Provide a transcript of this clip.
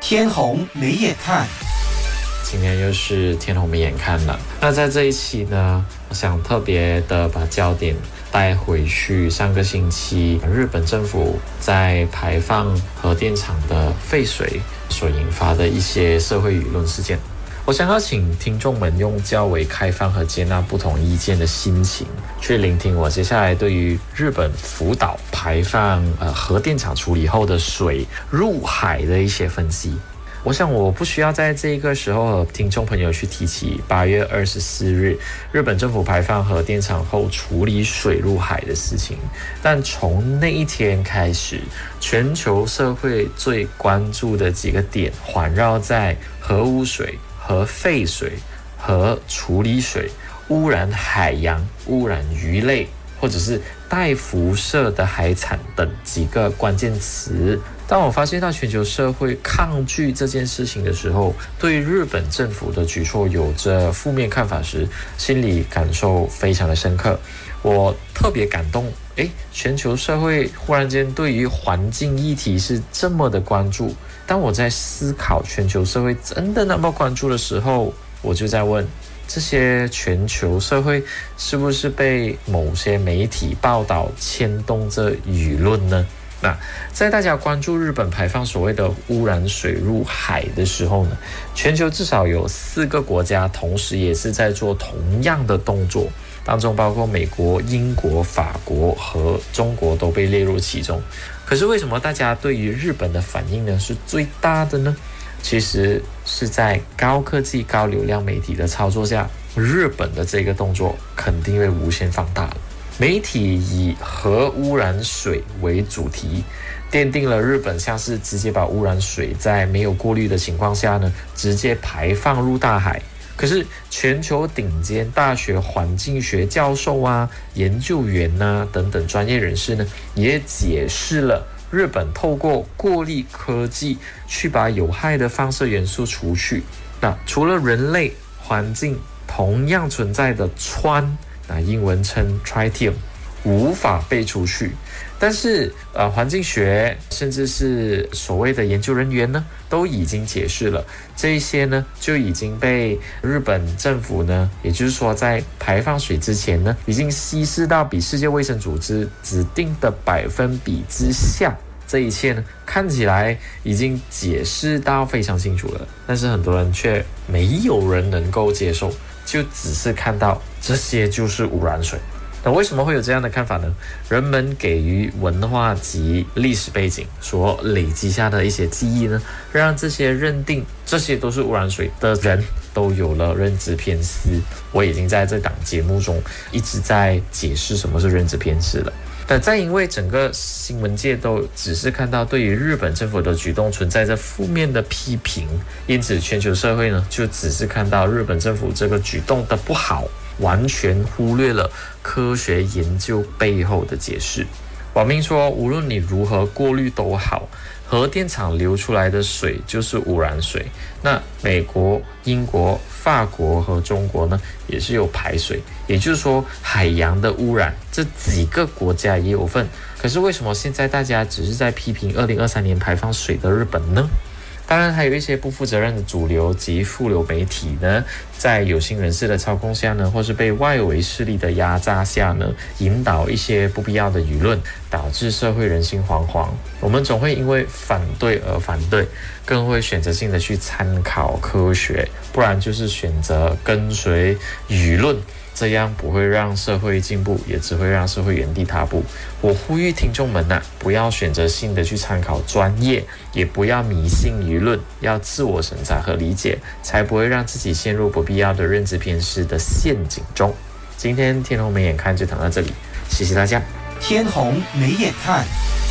天虹没眼看， 今天又是天虹没眼看了。那在这一期呢，我想特别的把焦点带回去上个星期日本政府在排放核电厂的废水所引发的一些社会舆论事件。我想要请听众们用较为开放和接纳不同意见的心情，去聆听我接下来对于日本福岛排放核电厂处理后的水入海的一些分析。我想我不需要在这个时候和听众朋友去提起8月24日日本政府排放核电厂后处理水入海的事情，但从那一天开始，全球社会最关注的几个点环绕在核污水、核废水、核处理水、污染海洋、污染鱼类或者是带辐射的海产等几个关键词。当我发现到全球社会抗拒这件事情的时候，对日本政府的举措有着负面看法时，心里感受非常的深刻。我特别感动，全球社会忽然间对于环境议题是这么的关注。当我在思考全球社会真的那么关注的时候，我就在问，这些全球社会是不是被某些媒体报道牵动着舆论呢？那在大家关注日本排放所谓的污染水入海的时候呢，全球至少有4个国家同时也是在做同样的动作，当中包括美国、英国、法国和中国都被列入其中。可是为什么大家对于日本的反应呢是最大的呢？其实是在高科技、高流量媒体的操作下，日本的这个动作肯定会无限放大了。媒体以核污染水为主题，奠定了日本像是直接把污染水在没有过滤的情况下呢，直接排放入大海。可是全球顶尖大学环境学教授啊、研究员啊等等专业人士呢，也解释了日本透过过滤科技去把有害的放射元素除去。那除了人类环境同样存在的氚，那英文称 tritium 无法被除去，但是环境学甚至是所谓的研究人员呢，都已经解释了这一些呢，就已经被日本政府呢，也就是说在排放水之前呢，已经稀释到比世界卫生组织指定的百分比之下。这一切呢，看起来已经解释到非常清楚了，但是很多人却没有人能够接受，就只是看到这些就是污染水。那为什么会有这样的看法呢？人们给予文化及历史背景所累积下的一些记忆呢，让这些认定这些都是污染水的人都有了认知偏私。我已经在这档节目中一直在解释什么是认知偏私了。但再因为整个新闻界都只是看到对于日本政府的举动存在着负面的批评，因此全球社会呢就只是看到日本政府这个举动的不好，完全忽略了科学研究背后的解释。网民说，无论你如何过滤都好，核电厂流出来的水就是污染水。那美国、英国、法国和中国呢，也是有排水，也就是说海洋的污染这几个国家也有份。可是为什么现在大家只是在批评2023年排放水的日本呢？当然还有一些不负责任的主流及副流媒体呢，在有心人士的操控下呢，或是被外围势力的压榨下呢，引导一些不必要的舆论，导致社会人心惶惶。我们总会因为反对而反对，更会选择性的去参考科学，不然就是选择跟随舆论，这样不会让社会进步，也只会让社会原地踏步。我呼吁听众们不要选择性的去参考专业，也不要迷信舆论，要自我审查和理解，才不会让自己陷入不必要的认知偏失的陷阱中。今天天虹没眼看就谈到这里，谢谢大家。 天虹没眼看。